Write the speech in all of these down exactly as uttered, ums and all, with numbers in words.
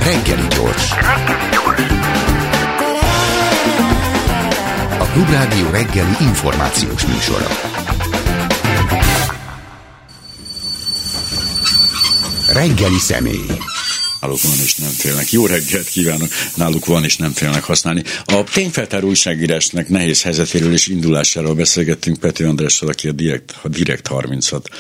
Reggeli gyors. A Klubrádió reggeli információs műsora. Reggeli személy. Náluk van és nem félnek. Jó reggelt kívánok! Náluk van és nem félnek használni. A tényfeltáró újságírásnak nehéz helyzetéről és indulásáról beszélgettünk Pető Andrással, aki a Direkt, a Direkt harminchat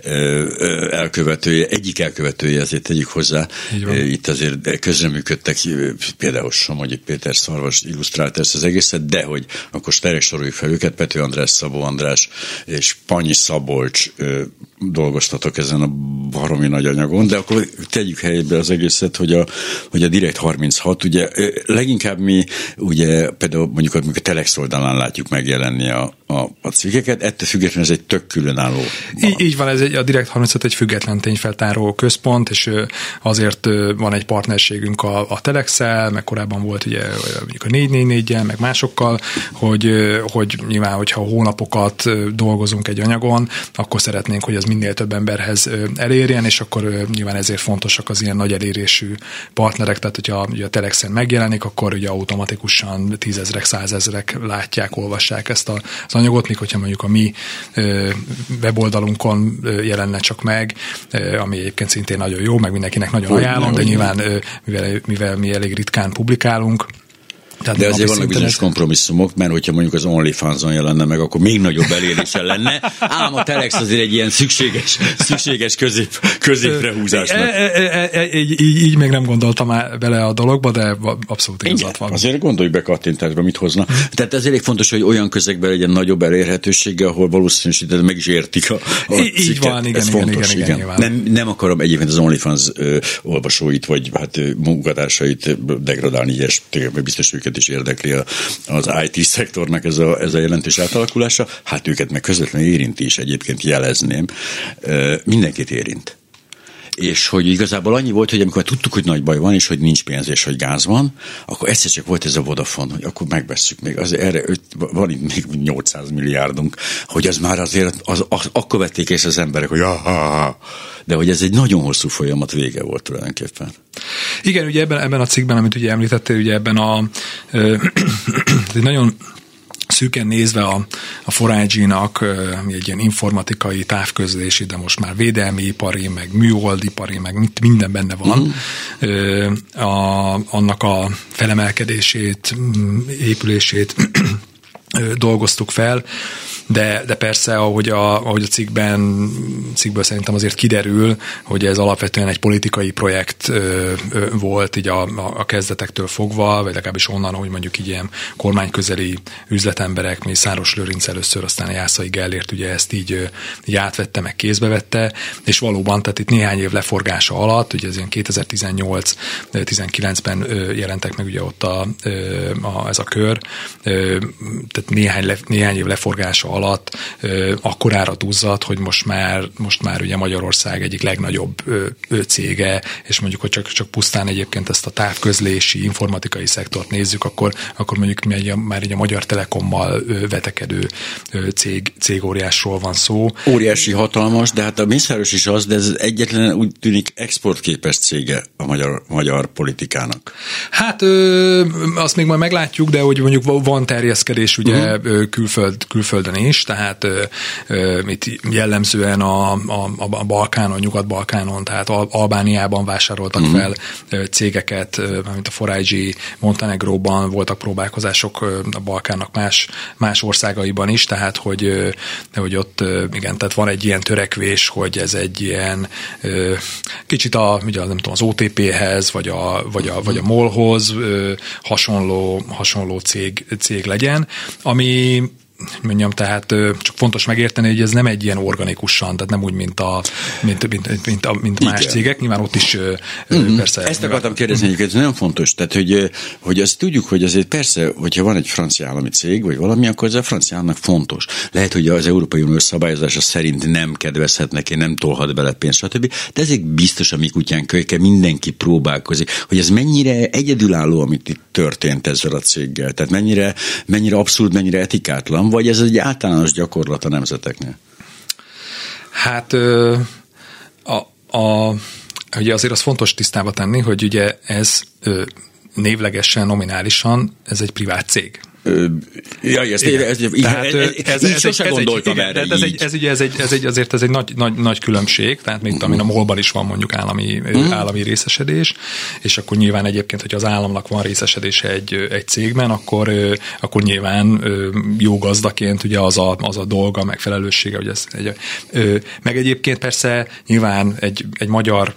elkövetője, egyik elkövetője, ezért tegyük hozzá. Itt azért közreműködtek, például Somogyi Péter Szarvas illusztrált ezt az egészet, de hogy akkor terek soroljuk fel őket, Pető András, Szabó András és Panyi Szabolcs dolgoztatok ezen a baromi nagy anyagon, de akkor tegyük helybe az egészet, hogy a, hogy a Direkt harminchat, ugye leginkább mi, ugye például mondjuk, amikor a Telex oldalán látjuk megjelenni a, a, a cikkeket, ettől függetlenül ez egy tök különálló. Így, így van, ez egy, a Direkt harminchat egy független tényfeltáró központ, és azért van egy partnerségünk a, a Telexsel, meg korábban volt ugye mondjuk a négy négy néggyel, meg másokkal, hogy, hogy nyilván, hogyha hónapokat dolgozunk egy anyagon, akkor szeretnénk, hogy ez minél több emberhez elérjen, és akkor nyilván ezért fontosak az ilyen nagy elérésű partnerek, tehát hogyha ugye a Telexen megjelenik, akkor ugye automatikusan tízezrek, százezrek látják, olvassák ezt az anyagot, míg hogyha mondjuk a mi weboldalunkon jelenne csak meg, ami egyébként szintén nagyon jó, meg mindenkinek nagyon ajánlom, de nyilván mivel, mivel mi elég ritkán publikálunk, tehát de azért vannak bizonyos kompromisszumok, mert hogyha mondjuk az OnlyFans-on jelenne meg, akkor még nagyobb elérése lenne, ám a Telex azért egy ilyen szükséges, szükséges közép, középre húzásnak. E, e, e, így, így még nem gondoltam bele a dologba, de abszolút igazat van. Azért gondolj be kattintásba, mit hozna. Tehát ez elég fontos, hogy olyan közegben legyen nagyobb elérhetősége, ahol valószínűsítően meg is értik a, a így cikket. Van, igen, ez igen, fontos, igen. igen, igen. Nem, nem akarom egyébként az OnlyFans ö, olvasóit, vagy hát munkatársait degradálni, és biztos őket is érdekli az i té szektornak ez a, ez a jelentős átalakulása, hát őket meg közvetlenül érinti is, egyébként jelezném. Mindenkit érint. És hogy igazából annyi volt, hogy amikor tudtuk, hogy nagy baj van, és hogy nincs pénz, és hogy gáz van, akkor egyszer csak volt ez a Vodafone, hogy akkor megvesszük még. Az, erre öt, van itt még nyolcszáz milliárdunk, hogy az már azért, az, az, akkor vették észre az emberek, hogy aha, de hogy ez egy nagyon hosszú folyamat vége volt tulajdonképpen. Igen, ugye ebben, ebben a cikkben, amit ugye említettél, ugye ebben a nagyon szűken nézve a, a four I G-nak egy ilyen informatikai, távközlési, de most már védelmi ipari, meg műholdipari, meg minden benne van. Mm. A, annak a felemelkedését, épülését dolgoztuk fel, de, de persze, ahogy a, ahogy a cikkben, cikkből szerintem azért kiderül, hogy ez alapvetően egy politikai projekt ö, ö, volt így a, a, a kezdetektől fogva, vagy legalábbis onnan, hogy mondjuk így ilyen kormányközeli üzletemberek, mi Száros Lőrinc először, aztán Jászai Gellért ugye ezt így, így átvette, meg kézbe vette, és valóban, tehát itt néhány év leforgása alatt, ugye ez ilyen kétezer-tizennyolc tizenkilencben jelentek meg ugye ott a, a, ez a kör, tehát néhány, le, néhány év leforgása alatt ö, akkorára duzzadt, hogy most már, most már ugye Magyarország egyik legnagyobb ö, ö, cége, és mondjuk, hogy csak, csak pusztán egyébként ezt a távközlési, informatikai szektort nézzük, akkor, akkor mondjuk mi egy, már egy a Magyar Telekommal ö, vetekedő ö, cég, cégóriásról van szó. Óriási, hatalmas, de hát a Mészáros is az, de ez egyetlen úgy tűnik exportképes cége a magyar, magyar politikának. Hát ö, azt még majd meglátjuk, de hogy mondjuk van terjeszkedés ugye uh-huh. külföld, külföldön is, tehát ö, ö, itt jellemzően a, a, a Balkánon, Nyugat-Balkánon, tehát Al- Albániában vásároltak uh-huh. fel ö, cégeket, ö, mint a four I G, Montenegróban voltak próbálkozások ö, a Balkánnak más, más országaiban is, tehát hogy, ö, hogy ott ö, igen, tehát van egy ilyen törekvés, hogy ez egy ilyen ö, kicsit a, ugye, nem tudom, az o té péhez, vagy a, vagy a, vagy a MOL-hoz ö, hasonló, hasonló cég, cég legyen, ami mondjam, tehát csak fontos megérteni, hogy ez nem egy ilyen organikusan, tehát nem úgy, mint, a, mint, mint, mint, a, mint más cégek, nyilván ott is mm-hmm. persze. Ezt akartam kérdezni, hogy ez nagyon fontos, tehát hogy, hogy azt tudjuk, hogy azért persze, hogyha van egy francia állami cég, vagy valami, akkor ez a francia államnak fontos. Lehet, hogy az Európai Unió szabályozása szerint nem kedvezhet neki, nem tolhat bele pénzt, stb. De ezért biztos a mi kutyán kölyke, mindenki próbálkozik, hogy ez mennyire egyedülálló, amit itt történt ezzel a céggel, tehát mennyire, mennyire abszurd, mennyire etikátlan, vagy ez egy általános gyakorlat a nemzeteknél? Hát a, a ugye azért az fontos tisztába tenni, hogy ugye ez ö, névlegesen, nominálisan ez egy privát cég. Ja, ezt én, ez, így, tehát, ez, ez, így ez sose egy, gondoltam ez erre ez, egy, ez, ugye, ez, egy, ez egy, azért ez egy nagy, nagy, nagy különbség, tehát még uh-huh. amin a MOL-ban is van mondjuk állami, uh-huh. állami részesedés, és akkor nyilván egyébként, hogy az államnak van részesedése egy, egy cégben, akkor, akkor nyilván jó gazdaként ugye az a, az a dolga, meg felelőssége, hogy ez egy, meg egyébként persze nyilván egy, egy magyar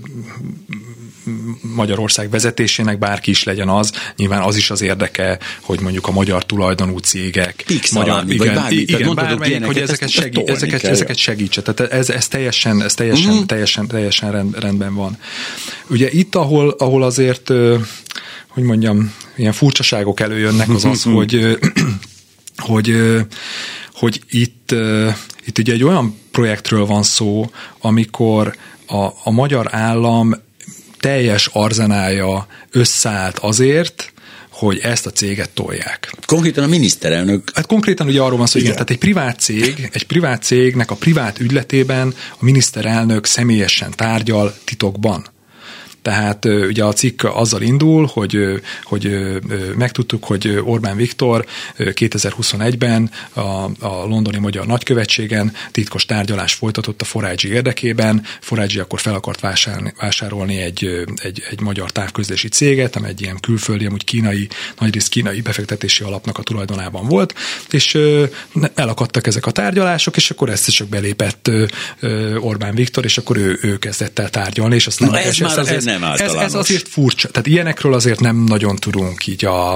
Magyarország vezetésének bárki is legyen az, nyilván az is az érdeke, hogy mondjuk a magyar tulajdonú cégek, magyar, vagy igen, bármi, igen bármelyik, hogy ezeket, segí, ezeket, ezeket segítse. Tehát ez, ez teljesen, ez teljesen, uh-huh. teljesen, teljesen rend, rendben van. Ugye itt, ahol, ahol azért, hogy mondjam, ilyen furcsaságok előjönnek, az az, hogy, hogy, hogy itt, itt ugye egy olyan projektről van szó, amikor a, a magyar állam teljes arzenálja összeállt azért, hogy ezt a céget tolják. Konkrétan a miniszterelnök... Hát konkrétan ugye arról van szó, hogy igen, tehát egy privát cég, egy privát cégnek a privát ügyletében a miniszterelnök személyesen tárgyal titokban. Tehát ugye a cikk azzal indul, hogy, hogy megtudtuk, hogy Orbán Viktor kétezer-huszonegyben a, a londoni magyar nagykövetségen titkos tárgyalás folytatott a four I G érdekében. four I G akkor fel akart vásárolni, vásárolni egy, egy, egy magyar távközlési céget, amely egy ilyen külföldi, amúgy kínai, nagyrészt kínai befektetési alapnak a tulajdonában volt, és elakadtak ezek a tárgyalások, és akkor ezt csak belépett Orbán Viktor, és akkor ő, ő kezdett el tárgyalni, és aztán Na ez már azért nem Ez, ez azért furcsa. Tehát ilyenekről azért nem nagyon tudunk így a,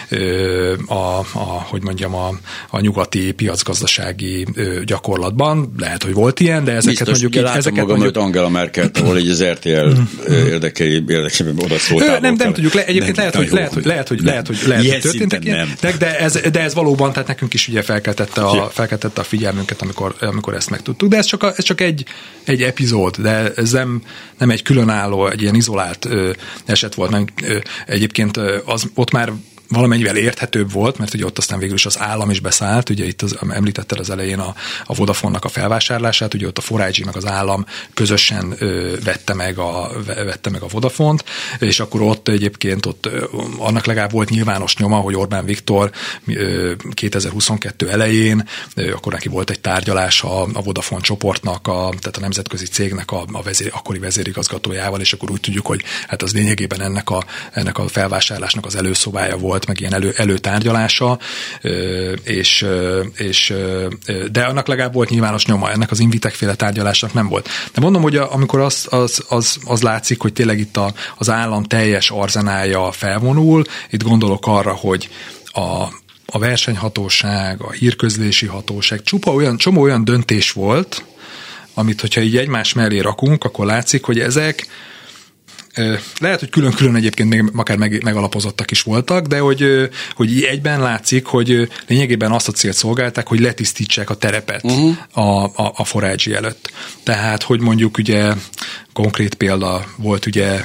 a, a hogy mondjam, a, a nyugati piacgazdasági gyakorlatban. Lehet, hogy volt ilyen, de ezeket biztos, mondjuk így... Látom ezeket magam mondjuk... Angela Merkel, ahol így az er té el érdekei, érdekében oda szóltál. Nem, nem tudjuk. Le, egyébként lehet, hogy, lehet, hogy, lehet, hogy, lehet, hogy, lehet, hogy történtek ilyenek, de ez, de ez valóban, tehát nekünk is ugye felkeltette a, felkeltette a figyelmünket, amikor, amikor ezt megtudtuk. De ez csak, a, ez csak egy, egy epizód, de ez nem, nem egy különálló, egy ilyen izolált ö, eset volt. Nem, ö, egyébként ö, az, ott már valamennyivel érthetőbb volt, mert ugye ott aztán végül is az állam is beszállt, ugye itt az, említetted az elején a, a Vodafone-nak a felvásárlását, ugye ott a four I G meg az állam közösen ö, vette, meg a, vette meg a Vodafont, és akkor ott egyébként ott ö, annak legalább volt nyilvános nyoma, hogy Orbán Viktor ö, kétezer-huszonkettő elején, ö, akkor neki volt egy tárgyalás a, a Vodafone csoportnak, a, tehát a nemzetközi cégnek a, a vezér, akkori vezérigazgatójával, és akkor úgy tudjuk, hogy hát az lényegében ennek a, ennek a felvásárlásnak az előszobája volt, meg ilyen elő, előtárgyalása, és, és, de annak legalább volt nyilvános nyoma, ennek az Invitek-féle tárgyalásnak nem volt. De mondom, hogy a, amikor az, az, az, az látszik, hogy tényleg itt a, az állam teljes arzenálja felvonul, itt gondolok arra, hogy a, a versenyhatóság, a hírközlési hatóság, csupa olyan, csomó olyan döntés volt, amit hogyha így egymás mellé rakunk, akkor látszik, hogy ezek lehet, hogy külön-külön egyébként még akár meg, megalapozottak is voltak, de hogy, hogy egyben látszik, hogy lényegében azt a célt szolgálták, hogy letisztítsák a terepet uh-huh. a, a, a four I G előtt. Tehát, hogy mondjuk ugye konkrét példa volt ugye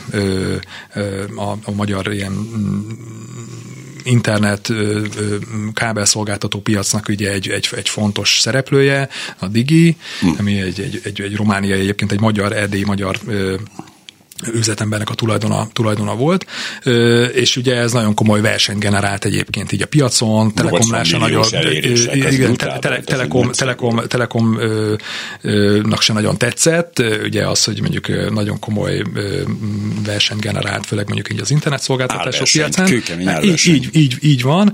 a, a magyar ilyen internet kábelszolgáltató piacnak ugye egy, egy, egy fontos szereplője, a Digi, uh-huh. ami egy, egy, egy, egy romániai, egyébként egy magyar, erdélyi magyar üzletembernek a tulajdona, tulajdona volt, és ugye ez nagyon komoly versenyt generált egyébként így a piacon, Telekomnál se nagyon, igen, tele, telekom, telekom, telekomnak se nagyon tetszett, ugye az, hogy mondjuk nagyon komoly versenyt generált, főleg mondjuk így az internet szolgáltatások piacán. Így, így, így, így van.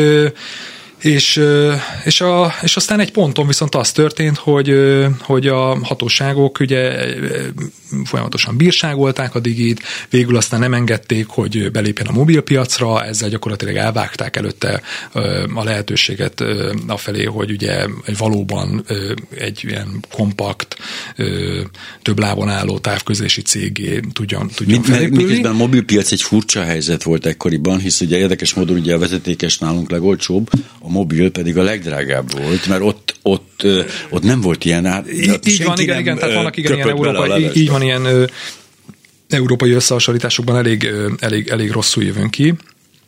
És, és, a, és aztán egy ponton viszont az történt, hogy, hogy a hatóságok ugye folyamatosan bírságolták a Digit, végül aztán nem engedték, hogy belépjen a mobilpiacra, ezzel gyakorlatilag elvágták előtte a lehetőséget afelé, hogy ugye egy valóban egy ilyen kompakt, több lábon álló távközlési cégé tudjon, tudjon felépülni. Miközben a mobilpiac egy furcsa helyzet volt ekkoriban, hisz ugye érdekes módon ugye a vezetékes nálunk legolcsóbb, a mobil pedig a legdrágább volt, mert ott, ott, ott nem volt ilyen át. Így van, igen, igen, tehát vannak igen ilyen európai, így van ilyen ö, európai összehasonlításokban elég, ö, elég, elég rosszul jövünk ki.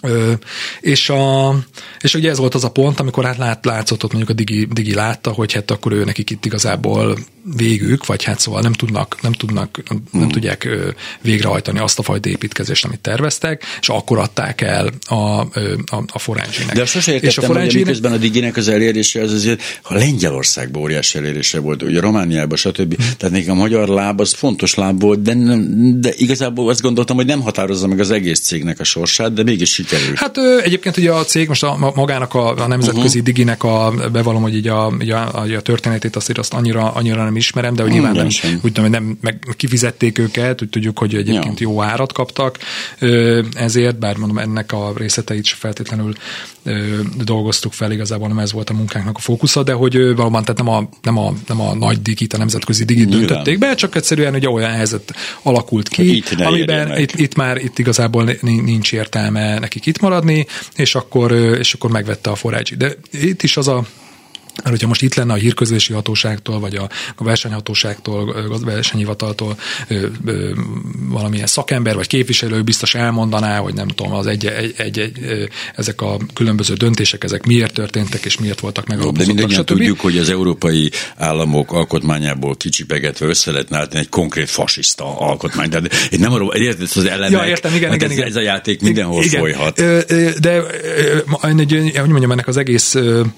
Ö, és, a, és ugye ez volt az a pont, amikor hát lát, látszott ott mondjuk a Digi, Digi látta, hogy hát akkor ő nekik itt igazából végük, vagy hát szóval nem tudnak, nem tudnak, nem, nem mm. tudják ö, végrehajtani azt a fajta építkezést, amit terveztek, és akkor adták el a, a, a Forage-nek. De azt sosem értettem, hogy miközben a Diginek az elérése az azért a Lengyelországban óriási elérése volt, ugye Romániában, stb. Mm. Tehát nekem a magyar láb az fontos láb volt, de, nem, de igazából azt gondoltam, hogy nem határozza meg az egész cégnek a sorsát, de mégis sikerült. Hát ö, egyébként ugye a cég, most a, magának a, a nemzetközi uh-huh. Diginek a, bevallom, hogy így a, így a, a történetét azt, azt annyira, annyira nem ismerem, de hogy nyilván nem, úgy tudom, hogy nem meg kifizették őket, úgy tudjuk, hogy egyébként ja. jó árat kaptak ö, ezért, bár mondom, ennek a részleteit sem feltétlenül ö, dolgoztuk fel, igazából nem ez volt a munkánknak a fókusza, de hogy ö, valóban tehát nem a, nem, a, nem a nagy Digit, a nemzetközi Digit döntötték be, csak egyszerűen ugye olyan helyzet alakult ki, itt amiben itt, itt már itt igazából nincs értelme nekik itt maradni, és akkor, és akkor megvette a Forage. De itt is az a mert hogyha most itt lenne a hírközlési hatóságtól, vagy a, a versenyhatóságtól, a versenyhivataltól ö, ö, valamilyen szakember, vagy képviselő biztos elmondaná, hogy nem tudom, az egy, egy, egy, egy, ezek a különböző döntések, ezek miért történtek, és miért voltak megalapozottak. De mindannyian tudjuk, hogy az európai államok alkotmányából kicsipegetve össze lehetne állítani egy konkrét fasiszta alkotmány. De én nem arról, érted, az elemek, ja, értem, igen, igen, ez, igen. ez a játék mindenhol igen. folyhat. De, hogy mondjam, ennek az egész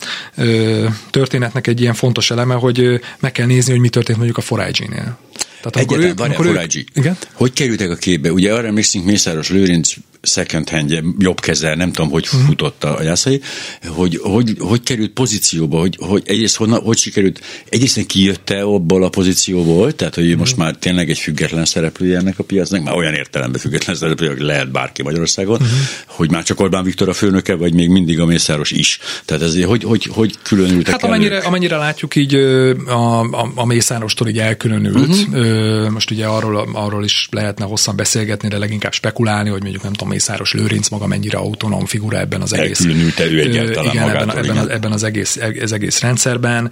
történetnek egy ilyen fontos eleme, hogy meg kell nézni, hogy mi történt mondjuk a Forage-nél. Tehát Egyetlen, van a Forage. Hogy kerültek a képbe? Ugye arra emlékszünk, Mészáros Lőrinc second handje, jobb kezel, nem tudom, hogy uh-huh. futott a Jászai, hogy, hogy, hogy került pozícióba, hogy, hogy egyrészt honnan, hogy sikerült, egyrészt kijött-e abból a pozícióból, tehát hogy uh-huh. most már tényleg egy független szereplője ennek a piacnak, már olyan értelemben független szereplője, hogy lehet bárki Magyarországon, uh-huh. hogy már csak Orbán Viktor a főnöke, vagy még mindig a Mészáros is. Tehát ezért hogy, hogy, hogy különültek hát amennyire, amennyire látjuk így a, a, a Mészárostól így elkülönült, uh-huh. most ugye arról, arról is lehetne hosszan beszélgetni, de leginkább spekulálni, hogy mondjuk nem tudom, Mészáros Lőrinc maga mennyire autonóm figura ebben az egész. Elkülönült elő egyáltalán igen, magától, ebben, ebben, ebben az egész, az egész rendszerben,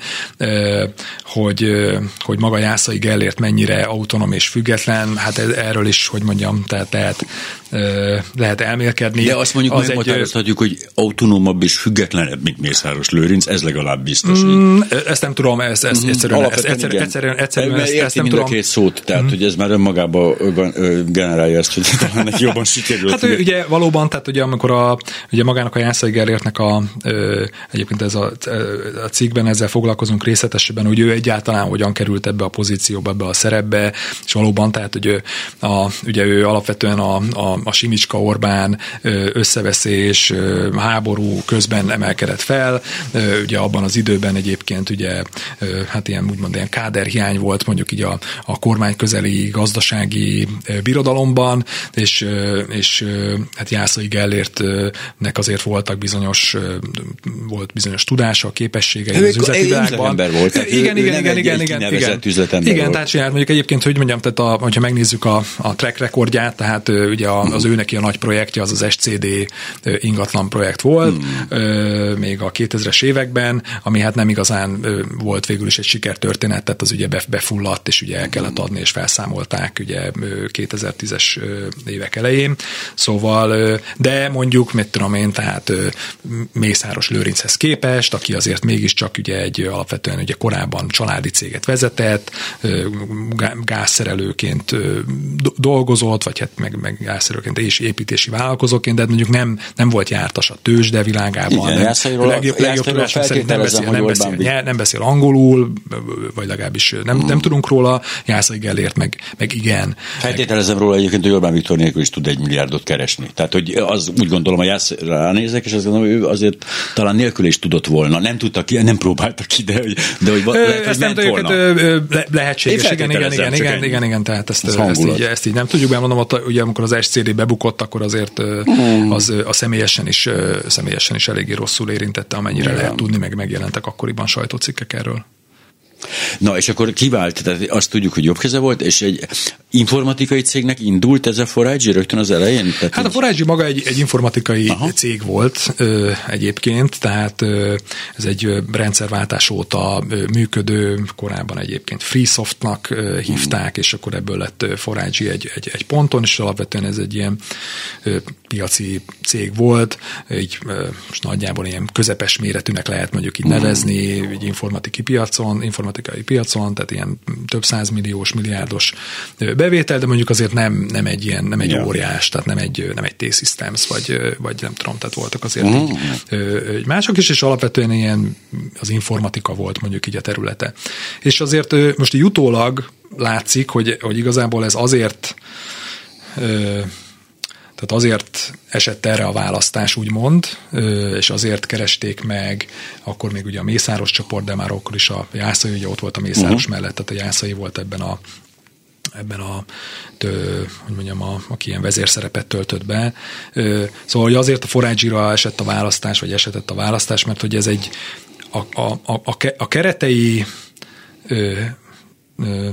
hogy, hogy maga Jászai Gellért mennyire autonóm és független, hát erről is, hogy mondjam, tehát lehet, lehet elmélkedni. De azt mondjuk az meghatározhatjuk, egy... hogy autonómabb és függetlenebb, mint Mészáros Lőrinc, ez legalább biztos. Mm, ezt nem tudom, ezt, ezt mm, egyszerűen, ezt, egyszerűen, egyszerűen, egyszerűen ezt, ezt nem mind tudom. A két szót, tehát mm. hogy ez már önmagában generálja ezt, hogy talán neki jobban sikerült. Hát ő, ugye valóban, tehát ugye amikor a, ugye magának a Jászai Gellértnek a, ö, egyébként ez a, a cikkben ezzel foglalkozunk részletesebben, hogy ő egyáltalán hogyan került ebbe a pozícióba, ebbe a szerepbe, és valóban, tehát hogy ő, a, ugye ő alapvetően a, a, a Simicska-Orbán összeveszés, háború közben emelkedett fel, ugye abban az időben egyébként ugye, hát ilyen úgymond ilyen káderhiány volt mondjuk így a, a kormány közeli gazdasági birodalomban, és, és hát Jászai Gellértnek azért voltak bizonyos, volt bizonyos tudása, képességei az üzleti világban. Volt, igen, igen, igen, igen, igen, igen. Igen, tehát csinált mondjuk egyébként, hogy mondjam, tehát a, hogyha megnézzük a, a track rekordját, tehát ugye a, az ő neki a nagy projektje, az az es cé dé ingatlan projekt volt, hmm. még a kétezres években, ami hát nem igazán volt végül is egy sikertörténet, tehát az ugye befulladt, és ugye el kellett adni, és felszámolták ugye kétezer-tízes évek elején. Szóval, de mondjuk, mit tudom én, tehát Mészáros Lőrinchez képest, aki azért mégiscsak ugye egy alapvetően ugye korábban családi céget vezetett, gázszerelőként dolgozott, vagy hát meg, meg gázszerelőként és építési vállalkozóként, de mondjuk nem, nem volt jártas a tőzsde világában. Igen, Jászairól, legjobb, legjobb tudásom szerint nem beszél, nem, beszél, beszél, nem beszél angolul, vagy legalábbis nem, hmm. nem tudunk róla, Jászai Gellért meg, meg igen. Feltételezem róla egyébként, hogy Orbán Viktor nélkül is tud egy milliárdot keresni. Tehát, hogy az úgy gondolom, hogy Jász ránézek, és azt gondolom, hogy ő azért talán nélkül is tudott volna. Nem tudta ki, nem próbálta ki, de hogy, de hogy ö, lehet, hogy ment volna. Ö, le, lehetséges, igen, igen, igen, igen, igen, igen, tehát ezt, ezt, így, ezt így nem tudjuk, mert mondom, ott, ugye amikor az es cé dé bebukott, akkor azért hmm. az a személyesen is, személyesen is eléggé rosszul érintette, amennyire igen. lehet tudni, meg megjelentek akkoriban sajtócikkek erről. Na, és akkor kivált, tehát azt tudjuk, hogy jobb keze volt, és egy informatikai cégnek indult ez a four I G rögtön az elején? Tehát hát a four I G maga egy, egy informatikai Aha. cég volt ö, egyébként, tehát ö, ez egy rendszerváltás óta ö, működő, korábban egyébként Freesoftnak ö, hívták, hmm. és akkor ebből lett four I G egy, egy, egy ponton, és alapvetően ez egy ilyen ö, piaci cég volt, így ö, most nagyjából ilyen közepes méretűnek lehet mondjuk így nevezni, hmm. egy informatikai piacon, informatikai piacon, tehát ilyen több százmilliós, milliárdos bevétel, de mondjuk azért nem, nem egy ilyen, nem egy yeah. óriás, tehát nem egy, nem egy T-Systems, vagy, vagy nem tudom, tehát voltak azért uh-huh. így, mások is, és alapvetően ilyen az informatika volt mondjuk így a területe. És azért most így utólag látszik, hogy, hogy igazából ez azért tehát azért esett erre a választás, úgymond, és azért keresték meg, akkor még ugye a Mészáros csoport, de már akkor is a Jászai, ugye ott volt a Mészáros uh-huh. mellett, tehát a Jászai volt ebben a ebben a, tő, hogy mondjam, a, aki ilyen vezérszerepet töltött be. Szóval hogy azért a four I G-ra esett a választás, vagy esetett a választás, mert hogy ez egy a, a, a, a keretei ö, ö,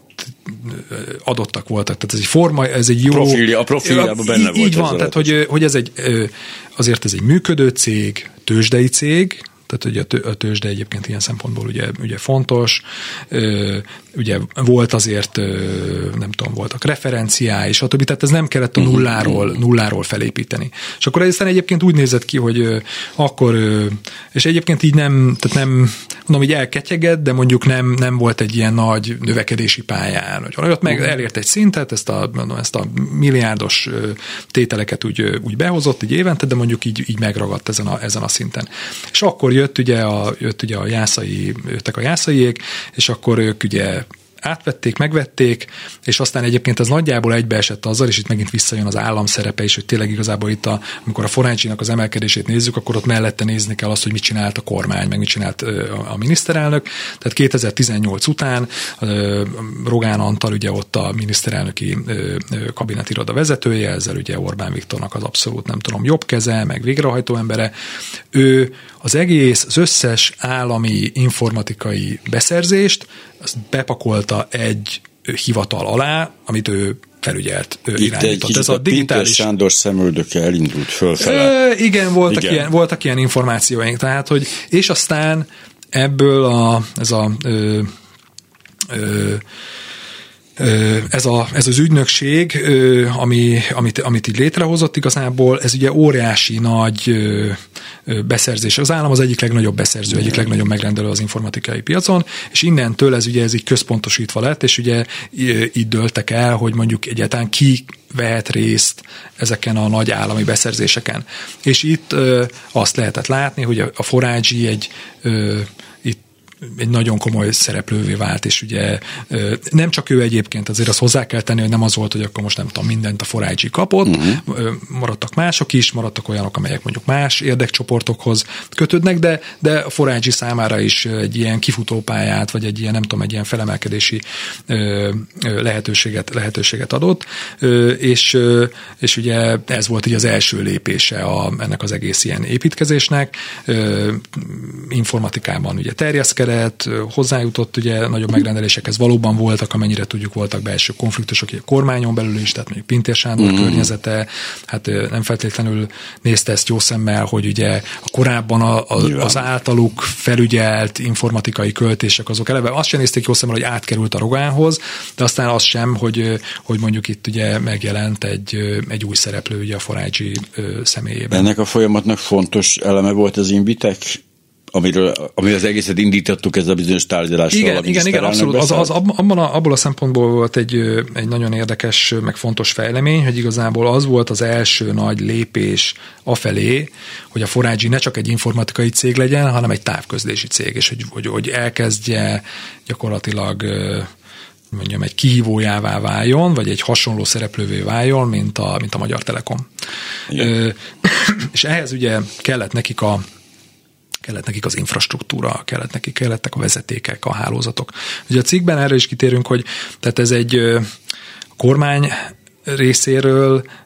adottak voltak, tehát ez egy forma, ez egy jó... Profilja, a profiljában benne így, volt. Így van, tehát hogy, hogy ez egy, azért ez egy működő cég, tőzsdei cég, tehát ugye a tőzsde egyébként ilyen szempontból ugye, ugye fontos, ugye volt azért, nem tudom, voltak referenciái, stb. Tehát ez nem kellett a nulláról, nulláról felépíteni. És akkor aztán egyébként úgy nézett ki, hogy akkor, és egyébként így nem, tehát nem, mondom, így elketyegett, de mondjuk nem, nem volt egy ilyen nagy növekedési pályán. Hogy ott meg elért egy szintet, ezt a, mondom, ezt a milliárdos tételeket úgy, úgy behozott egy évente, de mondjuk így, így megragadt ezen a, ezen a szinten. És akkor jött ugye a, jött ugye a jászai, jöttek a jászaiék, és akkor ők ugye átvették, megvették, és aztán egyébként ez nagyjából egybeesett azzal, és itt megint visszajön az állam szerepe is, hogy tényleg igazából itt, a, amikor a four I G-nak az emelkedését nézzük, akkor ott mellette nézni kell azt, hogy mit csinált a kormány, meg mit csinált a, a miniszterelnök. Tehát kétezer-tizennyolc után Rogán Antal ugye ott a miniszterelnöki kabinetiroda vezetője, ezzel ugye Orbán Viktornak az abszolút, nem tudom, jobb keze, meg végrehajtó embere. Ő az egész, az összes állami informatikai beszerzést azt bepakolta egy hivatal alá, amit ő felügyelt, ő Itt irányított. Egy Ez a digitális... Sándor szemöldöke elindult fölfele. Ö, igen, voltak, igen. Ilyen, voltak ilyen információink. Tehát, hogy, és aztán ebből a, ez a ö, ö, Ez, a, ez az ügynökség, ami, amit, amit így létrehozott igazából, ez ugye óriási nagy beszerzés. Az állam az egyik legnagyobb beszerző, egyik legnagyobb megrendelő az informatikai piacon, és innentől ez ugye ez így központosítva lett, és ugye így dőltek el, hogy mondjuk egyáltalán ki vehet részt ezeken a nagy állami beszerzéseken. És itt azt lehetett látni, hogy a four I G egy egy nagyon komoly szereplővé vált, és ugye nem csak ő egyébként, azért azt hozzá kell tenni, hogy nem az volt, hogy akkor most nem tudom, mindent a four I G kapott, uh-huh. maradtak mások is, maradtak olyanok, amelyek mondjuk más érdekcsoportokhoz kötődnek, de, de a four I G számára is egy ilyen kifutópályát, vagy egy ilyen, nem tudom, egy ilyen felemelkedési lehetőséget, lehetőséget adott, és, és ugye ez volt így az első lépése a, ennek az egész ilyen építkezésnek. Informatikában ugye terjeszkedett, hozzájutott ugye nagyobb megrendelésekhez valóban voltak, amennyire tudjuk, voltak belső konfliktusok a kormányon belül is, tehát mondjuk Pintér Sándor mm. környezete, hát nem feltétlenül nézte ezt jó szemmel, hogy ugye a korábban a, a, az általuk felügyelt informatikai költések azok eleve azt sem nézték jó szemmel, hogy átkerült a Rogánhoz, de aztán az sem, hogy, hogy mondjuk itt ugye megjelent egy, egy új szereplő ugye a four I G személyében. Ennek a folyamatnak fontos eleme volt az Invitek, amiről, amiről az egészet indítottuk, ez a bizonyos tárgyalásról. Igen, igen, igen, abszolút. Az, az, abban a, abból a szempontból volt egy, egy nagyon érdekes, meg fontos fejlemény, hogy igazából az volt az első nagy lépés afelé, hogy a four I G ne csak egy informatikai cég legyen, hanem egy távközlési cég, és hogy, hogy, hogy elkezdje gyakorlatilag mondjam, egy kihívójává váljon, vagy egy hasonló szereplővé váljon, mint a, mint a Magyar Telekom. Ö, és ehhez ugye kellett nekik a kellett nekik az infrastruktúra, kellett nekik, kellettek a vezetékek, a hálózatok. Ugye a cikkben erre is kitérünk, hogy tehát ez egy kormány részéről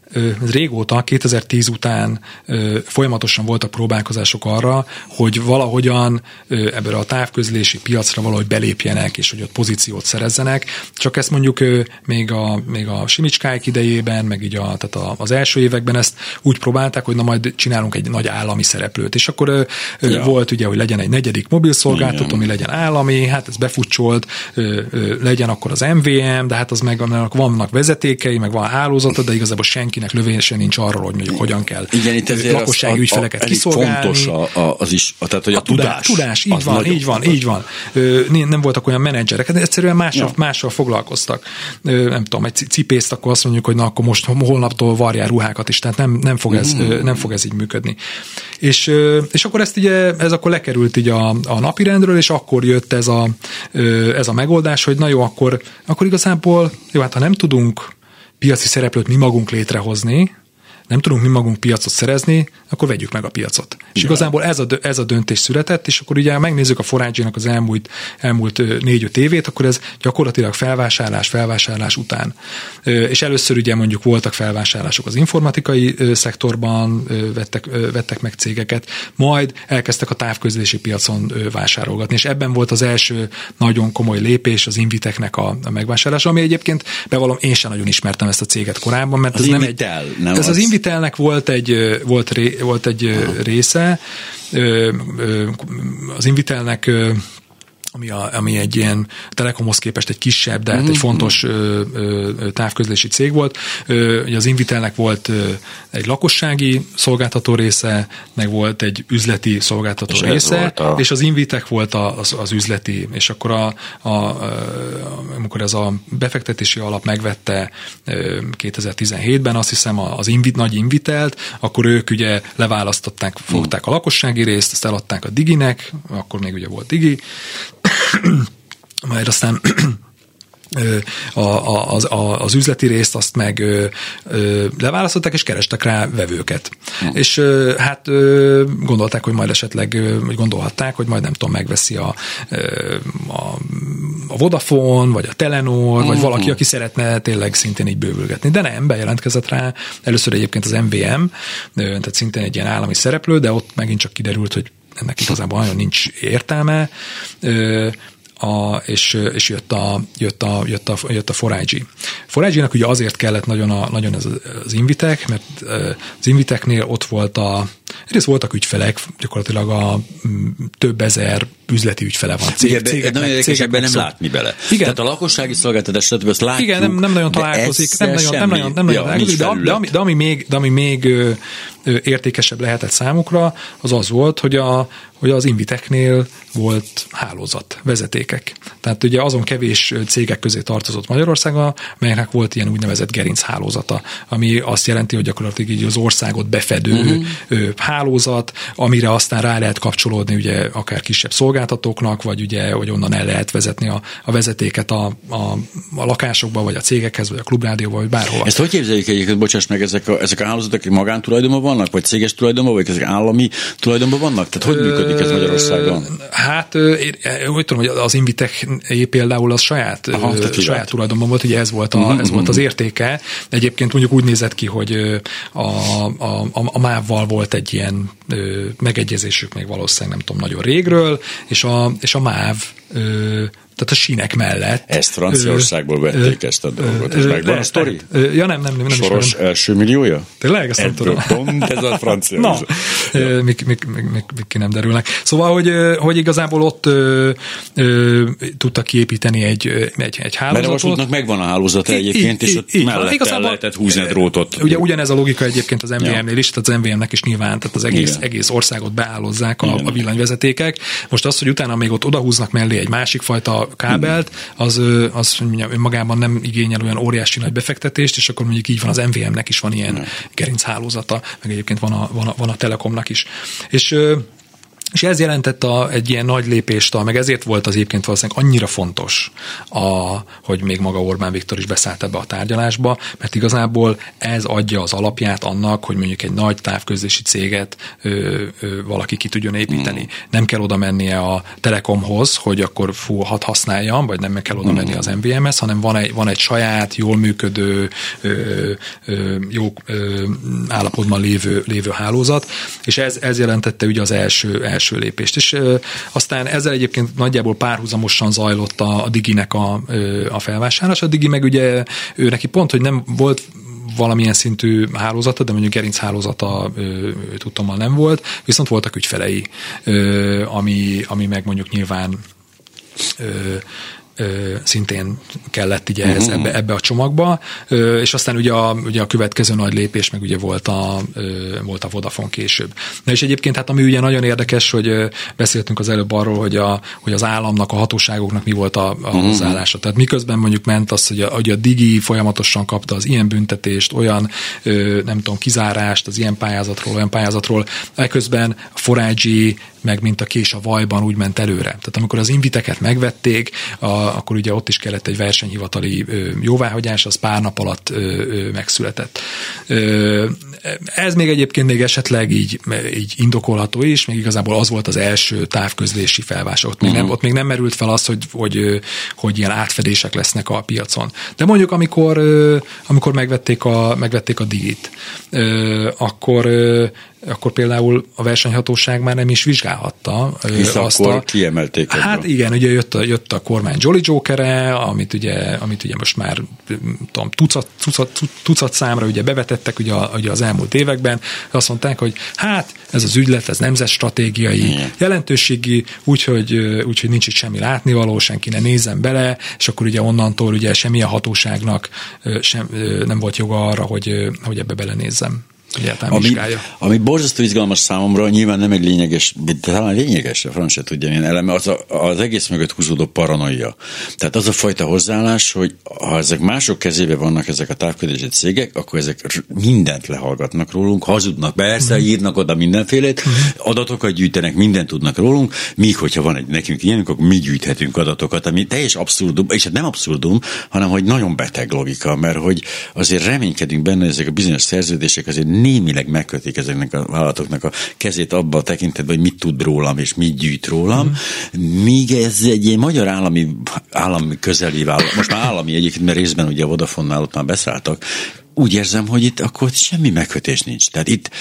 régóta, kétezer-tíz után folyamatosan voltak próbálkozások arra, hogy valahogyan ebből a távközlési piacra valahogy belépjenek, és hogy ott pozíciót szerezzenek. Csak ezt mondjuk még a, még a Simicskáik idejében, meg így a, tehát az első években ezt úgy próbálták, hogy na majd csinálunk egy nagy állami szereplőt. És akkor ja. volt ugye, hogy legyen egy negyedik mobilszolgáltató, ami legyen állami, hát ez befutcsolt, legyen akkor az em vé em, de hát az meg vannak vezetékei, meg van hálózata, de igazából senkinek lövése nincs arról, hogy mondjuk hogyan kell lakossági az, ügyfeleket a, a, kiszolgálni. Fontos a, a, az is, a, tehát hogy a, a tudás. Tudás, így van, így van, így van. Nem voltak olyan menedzserek, de egyszerűen mással, ja. mással foglalkoztak. Nem tudom, egy cipészt, akkor azt mondjuk, hogy na akkor most holnaptól varjál ruhákat is, tehát nem, nem, fog, ez, mm. nem fog ez így működni. És, és akkor ezt ugye, ez akkor lekerült így a, a napirendről, és akkor jött ez a, ez a megoldás, hogy na jó, akkor, akkor igazából, jó, hát ha nem tudunk piaci szereplőt mi magunk létrehozni, nem tudunk mi magunk piacot szerezni, akkor vegyük meg a piacot. Ja. És igazából ez a, ez a döntés született, és akkor ugye megnézzük a four G-nak az elmúlt, elmúlt négy-öt évét, akkor ez gyakorlatilag felvásárlás, felvásárlás után. És először ugye mondjuk voltak felvásárlások az informatikai szektorban, vettek, vettek meg cégeket, majd elkezdtek a távközlési piacon vásárolgatni, és ebben volt az első nagyon komoly lépés az Inviteknek a, a megvásárlása, ami egyébként bevallom, én sem nagyon ismertem ezt a céget korábban, mert az ez nem Invitel, egy... Nem ez az, az Invitelnek volt egy, volt, ré, volt egy uh-huh. része, az Invitelnek, ami, a, ami egy ilyen Telekomhoz képest egy kisebb, de hát egy fontos ö, ö, távközlési cég volt. Ö, az Invitelnek volt ö, egy lakossági szolgáltató része, meg volt egy üzleti szolgáltató és része, a... és az Invitek volt az, az üzleti, és akkor a, a, a, amikor ez a befektetési alap megvette ö, kétezer-tizenhétben, azt hiszem az Invit, nagy Invitelt, akkor ők ugye leválasztották, fogták a lakossági részt, azt eladták a Diginek, akkor még ugye volt Digi, majd aztán a, a, az, a, az üzleti részt azt meg ö, ö, leválasztották, és kerestek rá vevőket. Hmm. És ö, hát ö, gondolták, hogy majd esetleg, vagy gondolhatták, hogy majd nem tudom, megveszi a, a, a Vodafone, vagy a Telenor, hmm. vagy valaki, aki szeretne tényleg szintén így bővülgetni. De nem, bejelentkezett rá. Először egyébként az em vé em, tehát szintén egy ilyen állami szereplő, de ott megint csak kiderült, hogy ennek igazából nagyon nincs értelme, a, és, és jött a, jött a, jött a, jött a four G. four G-nek ugye azért kellett nagyon, a, nagyon ez az Invitek, mert az Inviteknél ott volt a, egyrészt voltak ügyfelek, gyakorlatilag a több ezer üzleti ügyfele van. Cég, igen, cégeknek, nagyon érdekes, ebben nem látni bele. Igen. Tehát a lakossági szolgáltatás, stb. Azt látjuk. Igen, nem, nem nagyon találkozik, nem nagyon, nem nagyon, nem nagyon ja, találkozik, de, de, ami, de ami még, de ami még ö, ö, értékesebb lehetett számukra, az az volt, hogy, a, hogy az Inviteknél volt hálózat, vezetékek. Tehát ugye azon kevés cégek közé tartozott Magyarországon, melyeknek volt ilyen úgynevezett gerinc hálózata, ami azt jelenti, hogy gyakorlatilag így az országot befedő uh-huh. hálózat, amire aztán rá lehet kapcsolódni ugye akár kisebb szolgáltatóknak, vagy ugye, hogy onnan el lehet vezetni a, a vezetéket a, a, a lakásokba, vagy a cégekhez, vagy a klubrádióba, vagy bárhova. Ezt hogy képzeljük egyébként, bocsáss meg, ezek a, ezek a hálózatok magántulajdonban vannak, vagy céges tulajdonban, vagy ezek állami tulajdonban vannak? Tehát hogy működik ez Magyarországon? Hát, én úgy tudom, hogy az Invitek például az saját, Aha, saját tulajdonban volt, ugye ez volt, a, uh-huh, ez uh-huh. volt az értéke. Egyébként mondjuk úgy nézett ki, hogy a, a, a, a MÁV-val volt egy ilyen megegyezésük még valószínűleg nem tudom, nagyon régről, és a, és a MÁV tehát a sínek mellett. Ezt Franciaországból ö, vették ö, ezt a dolgot. Ez megvan a sztori? Ja, nem, nem, nem. Soros ismerem. első milliója? Tényleg? Ezt nem tudom. Pont ez a francia. Na, ja. mik, mik, mik, mik, mik ki nem derülnek. Szóval, hogy, hogy igazából ott ö, ö, tudtak kiépíteni egy, egy, egy hálózatot. Mert a vasútnak megvan a hálózata egyébként, és ott mellett el lehetett húzni a drótot. Ugye ugyanez a logika egyébként az em vé em-nél is, tehát az em vé em-nek is nyilván, tehát az egész, egész országot beállozzák a, a villanyvezetékek. Most az, hogy utána még ott odahúznak mellé egy másik fajta kábelt, az, az önmagában nem igényel olyan óriási nagy befektetést, és akkor mondjuk így van az em vé em-nek is van ilyen gerinchálózata, meg egyébként van a, van a, van a Telekomnak is. És És ez jelentett a, egy ilyen nagy lépést, meg ezért volt az egyébként valószínűleg annyira fontos, a, hogy még maga Orbán Viktor is beszállt ebbe a tárgyalásba, mert igazából ez adja az alapját annak, hogy mondjuk egy nagy távközlési céget ö, ö, valaki ki tudjon építeni. Mm. Nem kell oda mennie a Telekomhoz, hogy akkor fú, hadd használjam, vagy nem kell oda menni az em vé em-hez, hanem van egy, van egy saját, jól működő, ö, ö, jó ö, állapotban lévő, lévő hálózat, és ez, ez jelentette ugye az első, első lépést. És ö, aztán ezzel egyébként nagyjából párhuzamosan zajlott a, a Diginek a, ö, a felvásárlás. A Digi meg ugye ő neki pont, hogy nem volt valamilyen szintű hálózata, de mondjuk gerinc hálózata ö, tudtommal nem volt, viszont voltak ügyfelei, ö, ami, ami meg mondjuk nyilván ö, Ö, szintén kellett ugye ez, ebbe, ebbe a csomagba, ö, és aztán ugye a, ugye a következő nagy lépés meg ugye volt a, ö, volt a Vodafone később. Na és egyébként hát ami ugye nagyon érdekes, hogy ö, beszéltünk az előbb arról, hogy, a, hogy az államnak, a hatóságoknak mi volt a, a hozzáállása. Tehát miközben mondjuk ment az, hogy a, hogy a Digi folyamatosan kapta az ilyen büntetést, olyan ö, nem tudom, kizárást az ilyen pályázatról, olyan pályázatról, eközben a four G meg mint a kés a vajban úgy ment előre. Tehát amikor az inviteket megvették, a, akkor ugye ott is kellett egy versenyhivatali ö, jóváhagyás, az pár nap alatt ö, ö, megszületett. Ö, ez még egyébként még esetleg így, így indokolható is, még igazából az volt az első távközlési felvásárlás. Ott, uh-huh. ott még nem merült fel az, hogy, hogy, hogy ilyen átfedések lesznek a piacon. De mondjuk amikor, amikor megvették a, megvették a Digit, akkor akkor például a versenyhatóság már nem is vizsgálhatta. Hisz azt akkor a, kiemelték. Hát ebből. Igen, ugye jött a, jött a kormány Jolly Jokere, amit ugye, amit ugye most már tudom, tucat, tucat, tucat számra ugye bevetettek ugye, a, ugye az elmúlt években. Azt mondták, hogy hát ez az ügylet, ez nemzetstratégiai igen. jelentőségi, úgyhogy, úgyhogy nincs itt semmi látnivaló, senki ne nézzen bele, és akkor ugye onnantól ugye semmilyen hatóságnak sem, nem volt joga arra, hogy, hogy ebbe belenézzem. Ami, ami borzasztó izgalmas számomra, nyilván nem egy lényeges, de talán lényeges, a franc se tudja milyen eleme, az, a, az egész mögött húzódó paranoia. Tehát az a fajta hozzáállás, hogy ha ezek mások kezébe vannak ezek a távközlési cégek, akkor ezek mindent lehallgatnak rólunk, hazudnak, persze, mm. írnak oda mindenfélét, mm. adatokat gyűjtenek, mindent tudnak rólunk, míg hogyha van egy nekünk ilyenünk, akkor mi gyűjthetünk adatokat, ami teljes abszurdum, és hát nem abszurdum, hanem hogy nagyon beteg logika, mert hogy azért reménykedünk benne, ezek a bizonyos szerződések azért némileg megkötik ezeknek a vállalatoknak a kezét abba a tekintetben, hogy mit tud rólam, és mit gyűjt rólam, mm. míg ez egy ilyen magyar állami, állami közeli vállalat, most már állami egyébként, mert részben ugye a Vodafone-nál ott már beszálltak, úgy érzem, hogy itt akkor semmi megkötés nincs. Tehát itt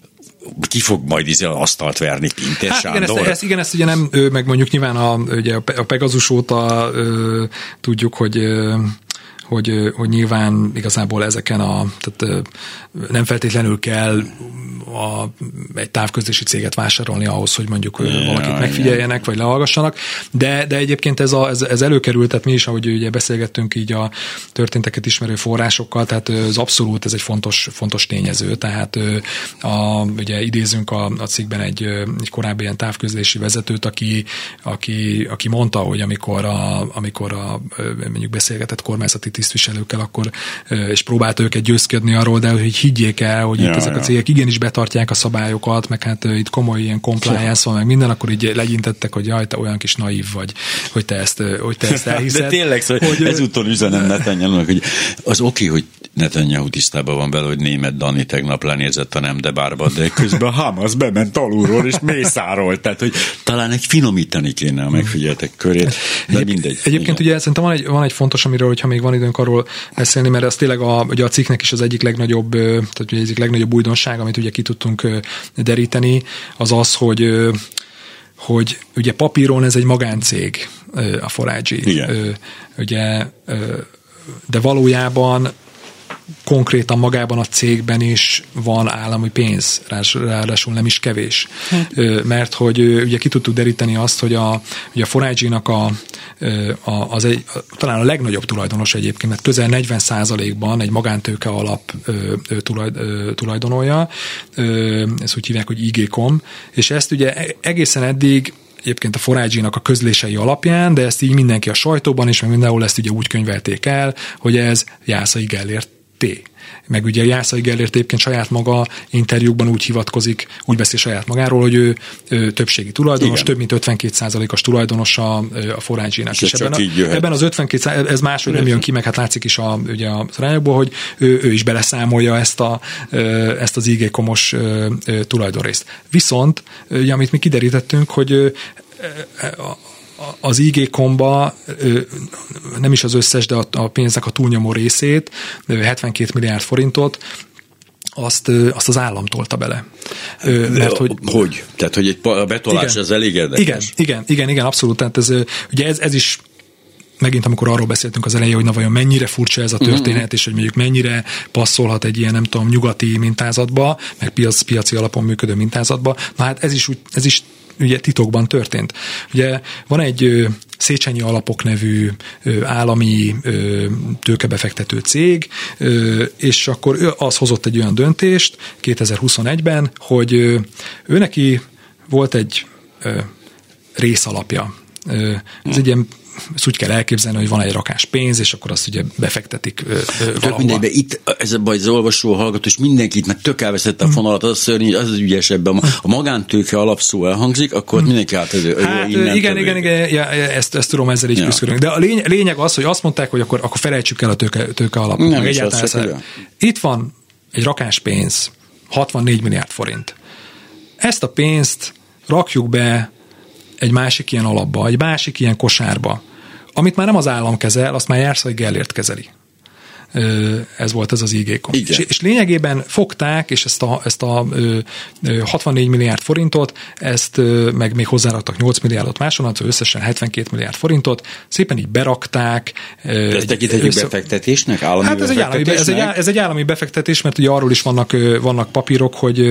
ki fog majd izé asztalt verni Pintér hát Sándor? Igen ezt, ezt, igen, ezt ugye nem, meg mondjuk nyilván a, ugye a Pegasus óta ö, tudjuk, hogy ö, Hogy, hogy nyilván igazából ezeken a, tehát nem feltétlenül kell a, egy távközlési céget vásárolni ahhoz, hogy mondjuk ja, valakit megfigyeljenek, ja. vagy lehallgassanak, de, de egyébként ez, a, ez, ez előkerült, tehát mi is, ahogy ugye beszélgettünk így a történteket ismerő forrásokkal, tehát az abszolút ez egy fontos, fontos tényező, tehát a, ugye idézünk a, a cikkben egy, egy korábbi ilyen távközlési vezetőt, aki, aki, aki mondta, hogy amikor a, amikor a mondjuk beszélgetett kormányzati tisztviselőkkel, akkor, és próbált őket győzködni arról, de hogy higgyék el, hogy ja, itt ezek ja. a cégek igenis betartják a szabályokat, meg hát itt komoly ilyen compliance van, meg minden, akkor így legyintettek, hogy jaj, te olyan kis naív vagy, hogy te ezt, hogy te ezt elhiszed. De tényleg, szóval hogy ezúttal üzenem Netanyahu-nak, hogy az oké, hogy Netanyahu tisztában van vele, hogy német Dani tegnap lenézett a nem de bárba, de közben Hamas bement alulról és mészárolt, tehát hogy talán egy finomítani kéne a megfigyeltek körét, de Egyéb, mindegy. Egyébként igen. Ugye szerintem van egy, van egy fontos, amiről, hogyha még van időnk arról beszélni, mert az tényleg a, ugye a cikknek is az egyik legnagyobb, tehát ugye egyik legnagyobb újdonság, amit ugye ki tudtunk deríteni, az az, hogy hogy ugye papíron ez egy magáncég, a four G. Igen. Ugye, de valójában konkrétan magában a cégben is van állami pénz, ráadásul nem is kevés. Hát. Mert hogy ugye ki tudtuk deríteni azt, hogy a, ugye a four G-nak a, a, az egy, talán a legnagyobb tulajdonos egyébként, mert közel negyven százalékban egy magántőke alap tulaj, tulajdonolja, ezt úgy hívják, hogy I G pont com, és ezt ugye egészen eddig egyébként a four G-nak a közlései alapján, de ezt így mindenki a sajtóban is, meg mindenhol ezt ugye úgy könyvelték el, hogy ez Jászai Gellért T. meg ugye Jászai Gellért egyébként saját maga interjúkban úgy hivatkozik, úgy beszél saját magáról, hogy ő, ő többségi tulajdonos, igen. több mint ötvenkét százalékos tulajdonosa a four-i-nak. És ebben, a, ebben az ötvenkét százalék, ez máshogy nem jön ki, meg hát látszik is a, ugye az arányokból, hogy ő, ő is beleszámolja ezt, a, ezt az í gé-komos tulajdonrészt. Viszont, ugye, amit mi kiderítettünk, hogy az í gé-komba nem is az összes, de a pénznek a túlnyomó részét, hetvenkét milliárd forintot, azt, azt az állam tolta bele. Mert, hogy, hogy? Tehát, hogy egy betolás igen, ez elég érdekes. Igen, igen, igen, igen, abszolút. Tehát ez, ugye ez, ez is megint, amikor arról beszéltünk az elején, hogy na vajon mennyire furcsa ez a történet, uh-huh. és hogy mondjuk mennyire passzolhat egy ilyen, nem tudom, nyugati mintázatba, meg piac, piaci alapon működő mintázatba. Na hát ez is, ez is ugye titokban történt. Ugye van egy ö, Széchenyi Alapok nevű ö, állami ö, tőkebefektető cég, ö, és akkor ő az hozott egy olyan döntést kétezer-huszonegyben, hogy ö, ő neki volt egy ö, részalapja. Ö, ez egy ilyen, ezt úgy kell elképzelni, hogy van egy rakás pénz, és akkor azt ugye befektetik ö, ö, valahova. Mindegy, itt ez a baj, az olvasó, hallgató, és mindenki itt már tök elveszette a fonalat, az a szörnyű, az az ügyesebben. A magántőke alapszó elhangzik, akkor hmm. mindenki át ez, hát, igen, igen, igen, igen, ja, ezt, ezt tudom, ezzel így ja. küzdünk. De a lény, lényeg az, hogy azt mondták, hogy akkor, akkor felejtsük el a tőke, tőke alapot. Nem is az, az itt van egy rakás pénz, hatvannégy milliárd forint. Ezt a pénzt rakjuk be egy másik ilyen alapba, egy másik ilyen kosárba, amit már nem az állam kezel, azt már Jászai Gellért kezeli. Ez volt ez az í gé-kom. És, és lényegében fogták, és ezt a, ezt a hatvannégy milliárd forintot, ezt meg még hozzáraktak nyolc milliárdot másolat, összesen hetvenkét milliárd forintot, szépen így berakták. Ezt tekinthetjük össze... befektetésnek? Állami hát ez egy, állami, ez, egy, ez egy állami befektetés, mert ugye arról is vannak, vannak papírok, hogy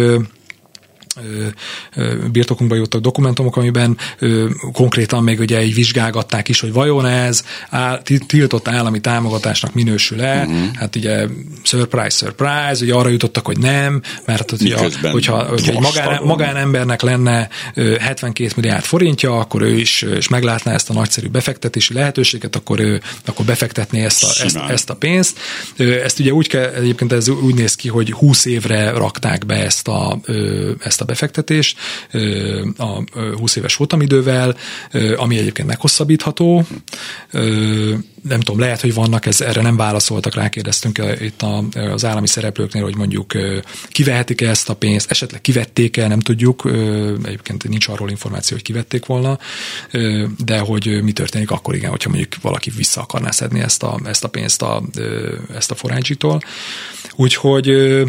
birtokunkba jutottak dokumentumok, amiben ö, konkrétan még ugye így vizsgálgatták is, hogy vajon ez áll, tiltott állami támogatásnak minősül-e. Uh-huh. Hát ugye surprise, surprise, ugye arra jutottak, hogy nem, mert ugye, hogyha, hogyha egy magán, magánembernek lenne ö, hetvenkét milliárd forintja, akkor ő is és meglátná ezt a nagyszerű befektetési lehetőséget, akkor ő akkor befektetné ezt a, ezt, ezt a pénzt. Ezt ugye úgy kell, egyébként ez úgy néz ki, hogy húsz évre rakták be ezt a, ezt a a befektetést a húsz éves futamidővel, ami egyébként meghosszabbítható. Nem tudom, lehet, hogy vannak, ez, erre nem válaszoltak, rákérdeztünk itt az állami szereplőknél, hogy mondjuk kivehetik ezt a pénzt, esetleg kivették el, nem tudjuk, egyébként nincs arról információ, hogy kivették volna, de hogy mi történik akkor, igen, hogyha mondjuk valaki vissza akarná szedni ezt a, ezt a pénzt a, ezt a four-i-tól. Úgyhogy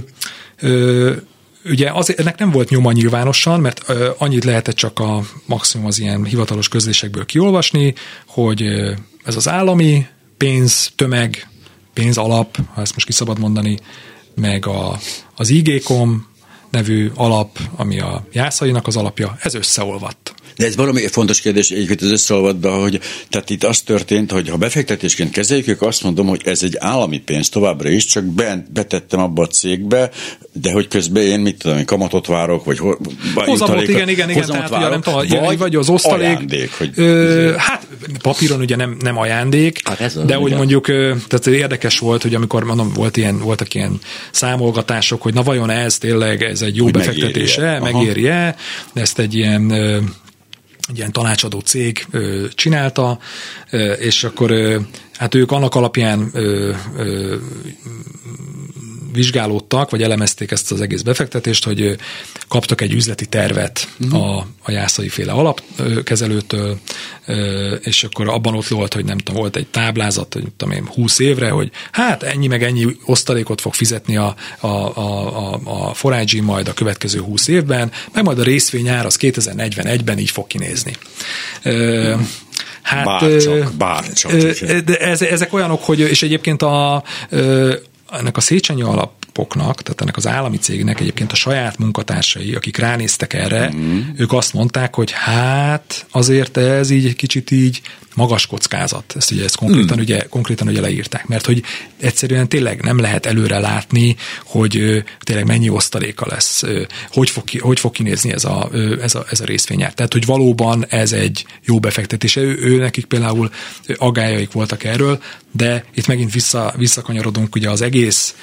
ugye az, ennek nem volt nyoma nyilvánosan, mert ö, annyit lehetett csak a maximum az ilyen hivatalos közlésekből kiolvasni, hogy ö, ez az állami pénz, tömeg, pénz alap, ha ezt most ki szabad mondani, meg a, az í gé-kom nevű alap, ami a Jászainak az alapja, ez összeolvadt. De ez valami fontos kérdés, egyébként az összeolvadva, hogy tehát itt az történt, hogy ha befektetésként kezeljük, akkor azt mondom, hogy ez egy állami pénz továbbra is, csak betettem abba a cégbe, de hogy közben én mit tudom, én kamatot várok, vagy hozamot, igen, igen, igen, tehát várok, nem tudom, vagy, vagy az osztalék. Ajándék, hogy ö, hát papíron ugye nem, nem ajándék, hát de hogy mondjuk, tehát érdekes volt, hogy amikor mondom, volt ilyen, voltak ilyen számolgatások, hogy na vajon ez tényleg, ez egy jó hogy befektetése, megéri-e, ezt egy ilyen egy ilyen tanácsadó cég ö, csinálta, ö, és akkor ö, hát ők annak alapján ö, ö, vizsgálódtak, vagy elemezték ezt az egész befektetést, hogy ö, kaptak egy üzleti tervet uh-huh. a, a Jászai féle alapkezelőtől, ö, és akkor abban ott volt, hogy nem tudom, volt egy táblázat, hogy tudom én, húsz évre, hogy hát ennyi meg ennyi osztalékot fog fizetni a, a, a, a, a four-i majd a következő húsz évben, meg majd a részvényár az kétezer-negyvenegyben így fog kinézni. Ö, hát, bárcsak, bárcsak. De ez, ezek olyanok, hogy, és egyébként a ennek a Széchenyi Alapoknak, tehát ennek az állami cégnek egyébként a saját munkatársai, akik ránéztek erre, mm. ők azt mondták, hogy hát azért ez így egy kicsit így magas kockázat. Ezt ugye ezt konkrétan, mm. ugye, konkrétan ugye leírták, mert hogy egyszerűen tényleg nem lehet előre látni, hogy ö, tényleg mennyi osztaléka lesz, ö, hogy, fog ki, hogy fog kinézni ez a, ö, ez a, ez a részvényár. Tehát, hogy valóban ez egy jó befektetés. Ő, ő nekik például agályaik voltak erről, de itt megint vissza, visszakanyarodunk ugye az egész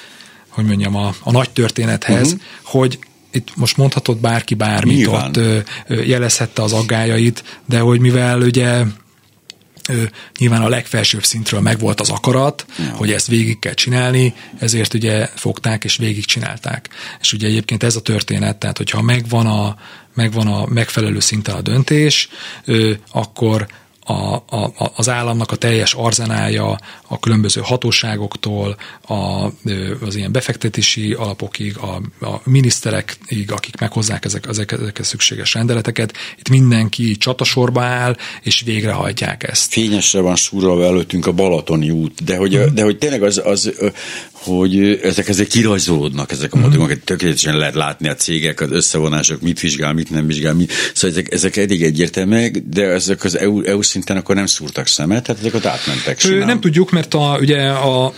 hogy mondjam, a, a nagy történethez, uh-huh. hogy itt most mondhatott bárki bármit, nyilván. Ott ö, ö, jelezhette az aggályait, de hogy mivel ugye ö, nyilván a legfelsőbb szintről megvolt az akarat, ja. hogy ezt végig kell csinálni, ezért ugye fogták és végig csinálták. És ugye egyébként ez a történet, tehát hogyha megvan a, megvan a megfelelő szinten a döntés, ö, akkor A, a, az államnak a teljes arzenálja a különböző hatóságoktól, a, az ilyen befektetési alapokig, a, a miniszterekig, akik meghozzák ezek, ezek, ezek a szükséges rendeleteket, itt mindenki csatasorba áll, és végrehajtják ezt. Fényesre van súrolva előttünk a Balatoni út, de hogy, mm. de hogy tényleg az, az hogy ezek ezek kirajzolódnak, ezek a mm. motivumok, tökéletesen lehet látni a cégek, az összevonások, mit vizsgál, mit nem vizsgál, mit. Szóval ezek, ezek eddig egyértelműek, de ezek az é u, é u szinten akkor nem szúrtak szemet, tehát ezek ott átmentek simán. Nem tudjuk, mert a, ugye a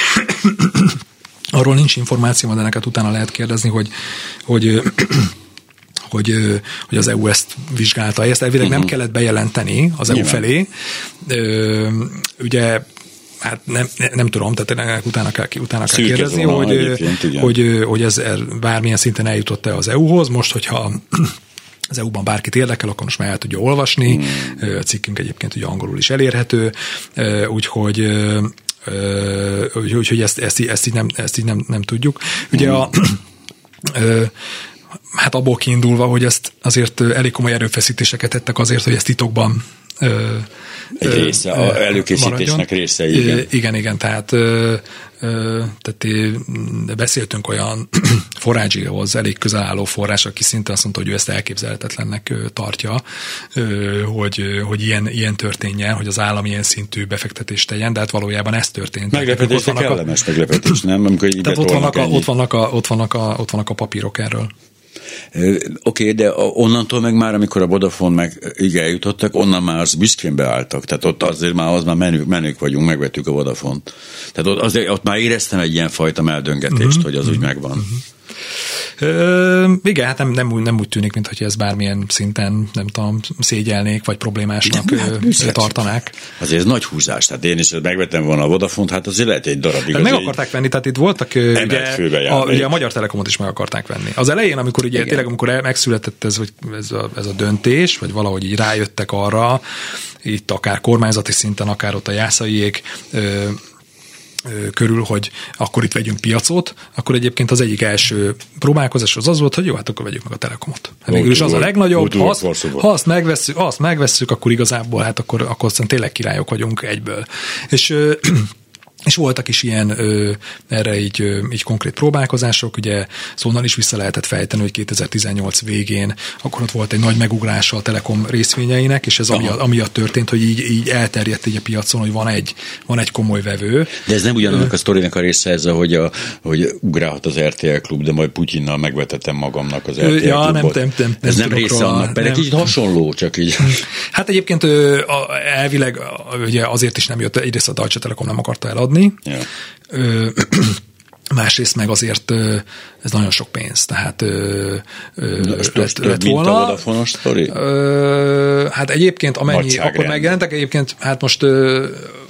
arról nincs információ, de neked utána lehet kérdezni, hogy, hogy Hogy, hogy az é u ezt vizsgálta. Ezt elvileg uh-huh. nem kellett bejelenteni az é u felé. Ugye hát nem, nem tudom, tehát utána kell, utána kell kérdezni, hogy, hogy, hogy ez bármilyen szinten eljutott-e az é u-hoz. Most, hogyha az é u-ban bárkit érdekel, akkor most már el tudja olvasni. Hmm. A cikkünk egyébként ugye angolul is elérhető, úgyhogy úgyhogy ezt, ezt, ezt így, nem, ezt így nem, nem tudjuk. Ugye a hát abból kiindulva, hogy ezt azért elég komoly erőfeszítéseket tettek azért, hogy ezt titokban egy része, a előkészítésnek maradjon. Része, igen. Igen, igen, tehát, tehát beszéltünk olyan Forágyihoz elég közel álló forrás, aki szinte azt mondta, hogy ő ezt elképzelhetetlennek tartja, hogy, hogy ilyen, ilyen történjen, hogy az állam ilyen szintű befektetést tegyen, de hát valójában ez történt. Meglepetés, de kellemes a... meglepetés, nem? Amikor tehát ott vannak, a, ott, vannak a, ott, vannak a, ott vannak a papírok erről. Oké, okay, de onnantól meg már, amikor a Vodafone meg így eljutottak, onnan már az büszkén beálltak. Tehát ott azért már, az már menők, menők vagyunk, megvettük a Vodafone-t. Tehát ott, azért, ott már éreztem egy ilyen fajta meldöngetést, uh-huh. hogy az úgy megvan. Uh-huh. Ö, igen, hát nem, nem, úgy, nem úgy tűnik, mintha ez bármilyen szinten, nem tudom, szégyelnék, vagy problémásnak ö, tartanák. Azért ez nagy húzás, tehát én is megvettem volna a Vodafont, hát azért lehet egy darabig. Meg akarták venni, tehát itt voltak, ugye a, ugye a Magyar Telekomot is meg akarták venni. Az elején, amikor ugye tényleg, amikor megszületett ez, hogy ez, a, ez a döntés, vagy valahogy így rájöttek arra, itt akár kormányzati szinten, akár ott a Jászaiék, ö, körül, hogy akkor itt vegyünk piacot, akkor egyébként az egyik első próbálkozás az az volt, hogy jó, hát akkor vegyük meg a Telekomot. Hát végül is az a legnagyobb, ha azt, ha azt, megvesszük, ha azt megvesszük, akkor igazából hát akkor, akkor aztán tényleg királyok vagyunk egyből. És És voltak is ilyen ö, erre így, ö, így konkrét próbálkozások, ugye szóval is vissza lehetett fejteni, hogy kétezer-tizennyolc végén akkor ott volt egy nagy megugrása a Telekom részvényeinek, és ez amiatt, amiatt történt, hogy így, így elterjedt így a piacon, hogy van egy, van egy komoly vevő. De ez nem ugyanannak a sztorinak a része ez, hogy, a, hogy ugrálhat az er té el klub, de majd Putyinnal megvetettem magamnak az er té el ja, klubot. Nem, nem, nem, ez nem nem része róla, annak, pedig kicsit hasonló, csak így. Hát egyébként elvileg ugye azért is nem jött, egyrészt a Deutsche Telekom nem akarta eladni, Ja. Ö, másrészt meg azért ö, ez nagyon sok pénz, tehát ö, ö, lett, lett volna. Mint a Vodafone-os sztori? Ö, hát egyébként amennyi akkor megjelentek, egyébként hát most ö,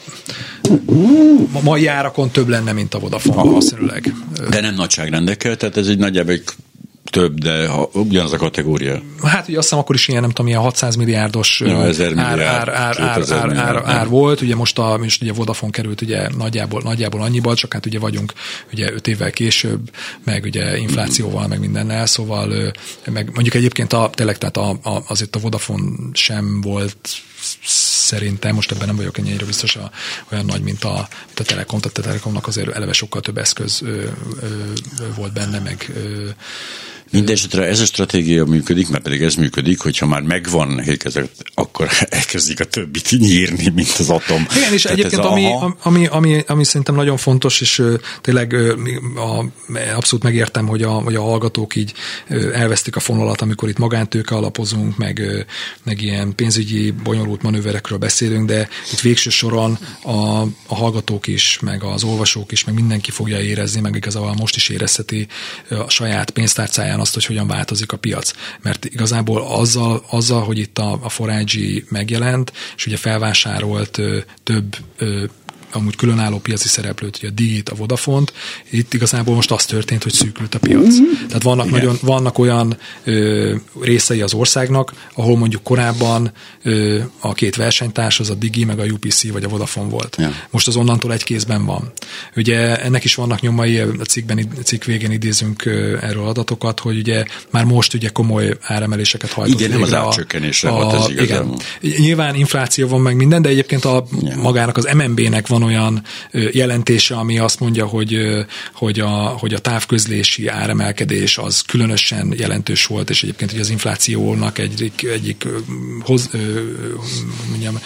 mai árakon több lenne, mint a Vodafone valószínűleg. De nem nagyságrendekkel, tehát ez egy nagyjából egy több, de ha, ugyanaz a kategória. Hát ugye azt hiszem akkor is ilyen, nem tudom, ilyen hatszáz milliárdos ja, ár, ár, ár, ár, ár, ár, ár volt. Ugye most a, most ugye Vodafone került ugye nagyjából, nagyjából annyiba, csak hát ugye vagyunk ugye öt évvel később, meg ugye inflációval, meg mindennel, szóval meg mondjuk egyébként a, tényleg, tehát a, a, azért a Vodafone sem volt szerintem, most ebben nem vagyok ennyire biztos, a, olyan nagy, mint a, mint a Telekom, tehát a Telekomnak azért eleve sokkal több eszköz ö, ö, volt benne, meg ö, Mindenesetre ez a stratégia működik, mert pedig ez működik, hogyha már megvan hékezet, akkor elkezdik a többit nyírni, mint az atom. Igen, és tehát egyébként ami, ami, ami, ami szerintem nagyon fontos, és uh, tényleg uh, a, abszolút megértem, hogy a, hogy a hallgatók így uh, elvesztik a fonalat, amikor itt magántőke alapozunk, meg, uh, meg ilyen pénzügyi bonyolult manőverekről beszélünk, de itt végső soron a, a hallgatók is, meg az olvasók is, meg mindenki fogja érezni, meg igazából most is érezheti a saját pénztárcáján azt, hogy hogyan változik a piac. Mert igazából azzal, azzal hogy itt a, a Forágyi megjelent, és ugye felvásárolt ö, több ö, amúgy különálló piaci szereplőt, ugye a Digit, a Vodafont, itt igazából most az történt, hogy szűkült a piac. Mm-hmm. Tehát vannak, nagyon, vannak olyan ö, részei az országnak, ahol mondjuk korábban ö, a két versenytárs, az a Digi, meg a U P C, vagy a Vodafone volt. Ja. Most az onnantól egy kézben van. Ugye ennek is vannak nyomai, a cikkben, cikk végén idézünk ö, erről adatokat, hogy ugye már most ugye komoly áremeléseket hajtott. Igen, nem az átcsökkenésre volt ez igazán. Nyilván infláció van meg minden, de egyébként a ja. magának az em en bé-nek van olyan jelentése, ami azt mondja, hogy, hogy, a, hogy a távközlési áremelkedés az különösen jelentős volt, és egyébként hogy az inflációnak egyik, egyik hoz, mondjam,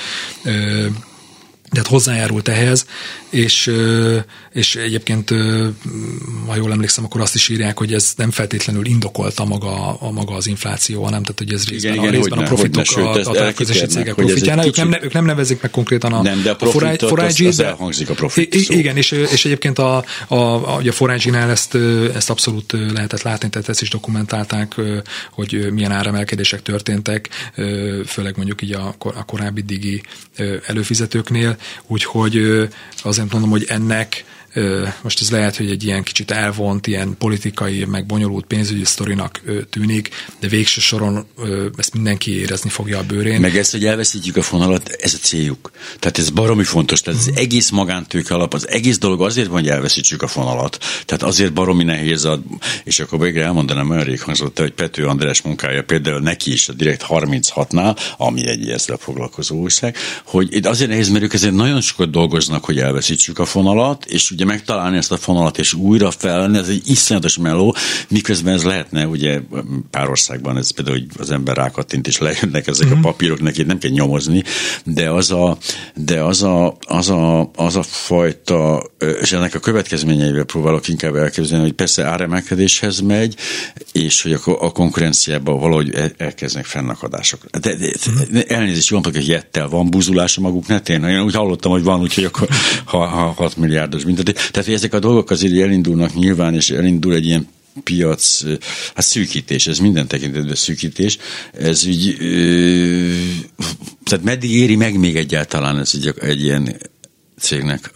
tehát hozzájárult ehhez, és, és egyébként, ha jól emlékszem, akkor azt is írják, hogy ez nem feltétlenül indokolta maga, a maga az infláció, hanem tehát, hogy ez részben, igen, a, igen, részben a profitok, ne, a, a távközlési cégek profitjának. Ők nem, ők nem nevezik meg konkrétan a, nem, de a profitot, a four G, az, az elhangzik a profit szó. Igen, és, és egyébként a, a, a, a four G-nál ezt, ezt abszolút lehetett látni, tehát ezt is dokumentálták, hogy milyen áremelkedések történtek, főleg mondjuk így a, a korábbi Digi előfizetőknél, úgyhogy azért mondom, hogy ennek most ez lehet, hogy egy ilyen kicsit elvont, ilyen politikai, meg bonyolult pénzügyi sztorinak tűnik, de végső soron ezt mindenki érezni fogja a bőrén. Meg ezt, hogy elveszítjük a fonalat, ez a céljuk. Tehát ez baromi fontos. Tehát az egész magántőke alap, az egész dolog azért van, hogy elveszítsük a fonalat. Tehát azért baromi nehéz, a, és akkor végre elmondanám, olyan rég hangzott, hogy Pető András munkája például neki is a Direkt harminchatnál, ami egy ezzel foglalkozó újság, hogy itt azért nehéz, mert ők ezért nagyon sokat dolgoznak, hogy elveszítsük a fonalat, és ugye megtalálni ezt a fonalat, és újra felvenni, ez egy iszonyatos meló, miközben ez lehetne, ugye pár országban ez például, hogy az ember rákattint, és lejönnek ezek mm-hmm. a papírok, neki nem kell nyomozni, de az a, de az a, az a, az a fajta, és ennek a következményeivel próbálok inkább elképzelni, hogy persze áremelkedéshez megy, és hogy a, a konkurenciában valahogy elkezdnek fennakadások. De, de, de elnézést, jól mondok, hogy jettel van buzulás a maguk netén. Én úgy hallottam, hogy van, úgyhogy akkor ha, ha hat milliárdos mintet. Tehát, hogy ezek a dolgok azért elindulnak nyilván, és elindul egy ilyen piac, hát szűkítés, ez minden tekintetben szűkítés. Ez úgy, ö, tehát meddig éri meg még egyáltalán ez egy, egy ilyen cégnek?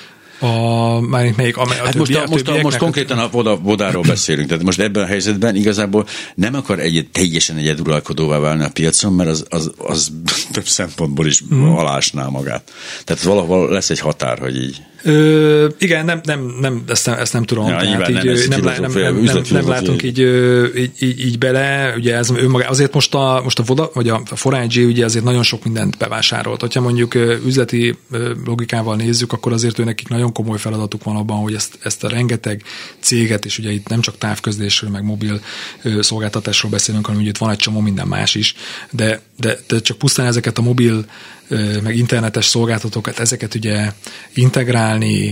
A, már melyik, a, a hát most, a, most, a, most konkrétan a Vodáról beszélünk, tehát most ebben a helyzetben igazából nem akar egy, teljesen egyeduralkodóvá válni a piacon, mert az, az, az több szempontból is mm. alásná magát. Tehát valahol lesz egy határ, hogy így. Ö, igen, nem, nem, nem, ezt, nem, ezt nem tudom. Ja, tehát nem, így, nem, nem, nem, nem, nem látunk így, így, így, így bele. Ugye ez önmaga, azért most a, most a Voda, vagy a four G ugye azért nagyon sok mindent bevásárolt. Hogyha mondjuk üzleti logikával nézzük, akkor azért ő nekik nagyon komoly feladatuk van abban, hogy ezt, ezt a rengeteg céget, és ugye itt nem csak távközlésről, meg mobil szolgáltatásról beszélünk, hanem ugye itt van egy csomó minden más is, de, de, de csak pusztán ezeket a mobil meg internetes szolgáltatókat, ezeket ugye integrálni,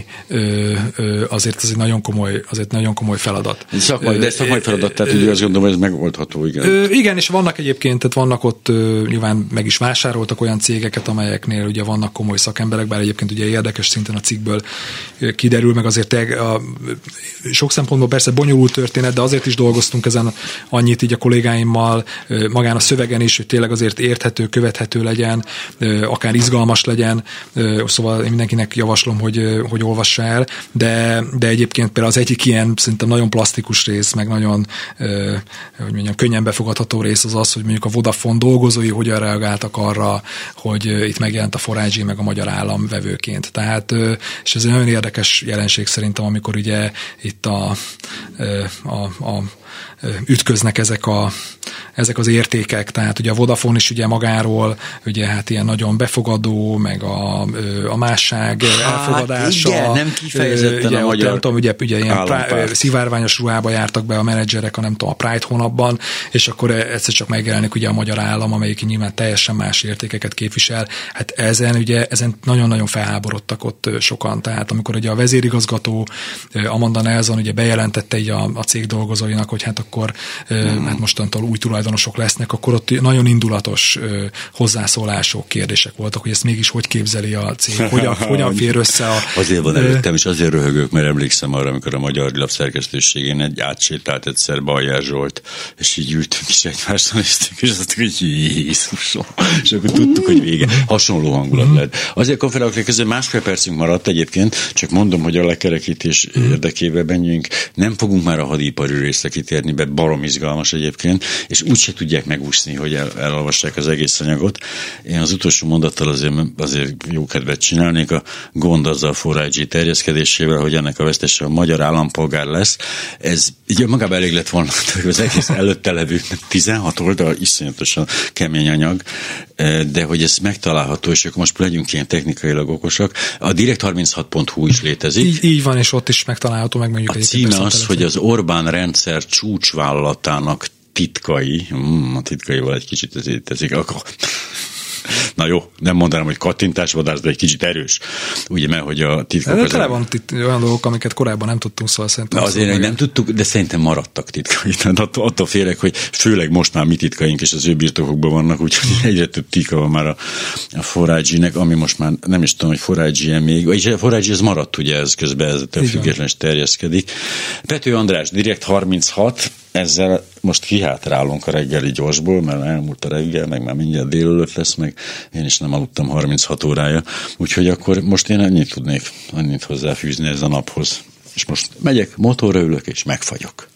azért ez egy nagyon komoly, azért nagyon komoly feladat. Szakmai, de ez szakmai feladat, tehát ugye azt gondolom, ez megoldható, igen. Igen, és vannak egyébként, tehát vannak ott nyilván meg is vásároltak olyan cégeket, amelyeknél ugye vannak komoly szakemberek, bár egyébként ugye érdekes szinten a cikkből kiderül, meg azért a, sok szempontból persze bonyolult történet, de azért is dolgoztunk ezen annyit így a kollégáimmal, magán a szövegen is, hogy tényleg azért érthető, követhető legyen, akár izgalmas legyen, szóval én mindenkinek javaslom, hogy, hogy olvassa el, de, de egyébként például az egyik ilyen szerintem nagyon plastikus rész, meg nagyon hogy mondjam, könnyen befogadható rész az az, hogy mondjuk a Vodafone dolgozói hogyan reagáltak arra, hogy itt megjelent a four G meg a magyar állam vevőként. Tehát, és ez egy nagyon érdekes jelenség szerintem, amikor ugye itt a, a, a ütköznek ezek, a, ezek az értékek, tehát ugye a Vodafone is ugye magáról, ugye hát ilyen nagyon befogadó, meg a, a másság hát elfogadása. Igen, nem kifejezetten ugye, a magyar nem tudom, ugye, ugye ilyen prá- szivárványos ruhába jártak be a menedzserek, a nem tudom, a Pride hónapban, és akkor egyszer csak megjelenik ugye a magyar állam, amelyik nyilván teljesen más értékeket képvisel. Hát ezen ugye, ezen nagyon-nagyon felháborodtak ott sokan. Tehát amikor ugye a vezérigazgató Amanda Nelson ugye bejelentette így a, a cég dolgozóinak, hogy hát akkor hmm. hát mostantól új tulajdonos tulajdonosok lesznek, akkor ott nagyon indulatos hozzászólások, kérdések voltak, hogy ezt mégis hogy képzeli a cég, hogyan, hogyan fér össze a... Azért van előttem, és azért röhögök, mert emlékszem arra, amikor a Magyar Lap szerkesztőségén egy átsétált egyszer Bajer Zsolt, és így ültünk is egymásra néztünk, és azt mondtuk, hogy Jézusom, és akkor tudtuk, hogy vége. Hasonló hangulat lett. Azért konferálok közben másfél percünk maradt egyébként, csak mondom, hogy a lekerekítés érdekében menjünk, nem fogunk már a hadipari részre kitérni be, barom izgalmas egyébként, és úgyse tudják megúszni, hogy el, elolvassák az egész anyagot. Én az utolsó mondattal azért, azért jó kedvet csinálnék, a gond azzal a négy G terjeszkedésével, hogy ennek a vesztese a magyar állampolgár lesz. Ez így magában elég lett volna, hogy az egész előtte levő tizenhat oldal, iszonyatosan kemény anyag, de hogy ez megtalálható, és akkor most legyünk ilyen technikailag okosak. A direkt harminchat pont hu is létezik. Így, így van, és ott is megtalálható, meg mondjuk a címe az, hogy az Orbán rendszer csúcsvállalatának titkai, hmm, a titkaival egy kicsit ez létezik, akkor... Na jó, nem mondanám, hogy kattintásvadász, de egy kicsit erős. Ugye, mert hogy a titkok... De tele van tit- olyan dolgok, amiket korábban nem tudtunk, szóval szerintem... Na azért nem tudtuk, de szerintem maradtak titkai. Attól, attól félek, hogy főleg most már mi titkaink és az ő birtokokban vannak, úgyhogy egyre több titka van már a, a négy G-nek, ami most már nem is tudom, hogy négy G-en még, és a négy G ez maradt, ugye ez közben ez a független terjeszkedik. Pető András, direkt harminchat, ezzel most kihátrálunk a reggeli gyorsból, mert elmúlt a reggel, meg már mindjárt délelőtt lesz, meg én is nem aludtam harminchat órája, úgyhogy akkor most én ennyit tudnék, annyit hozzáfűzni ez a naphoz. És most megyek, motorra ülök, és megfagyok.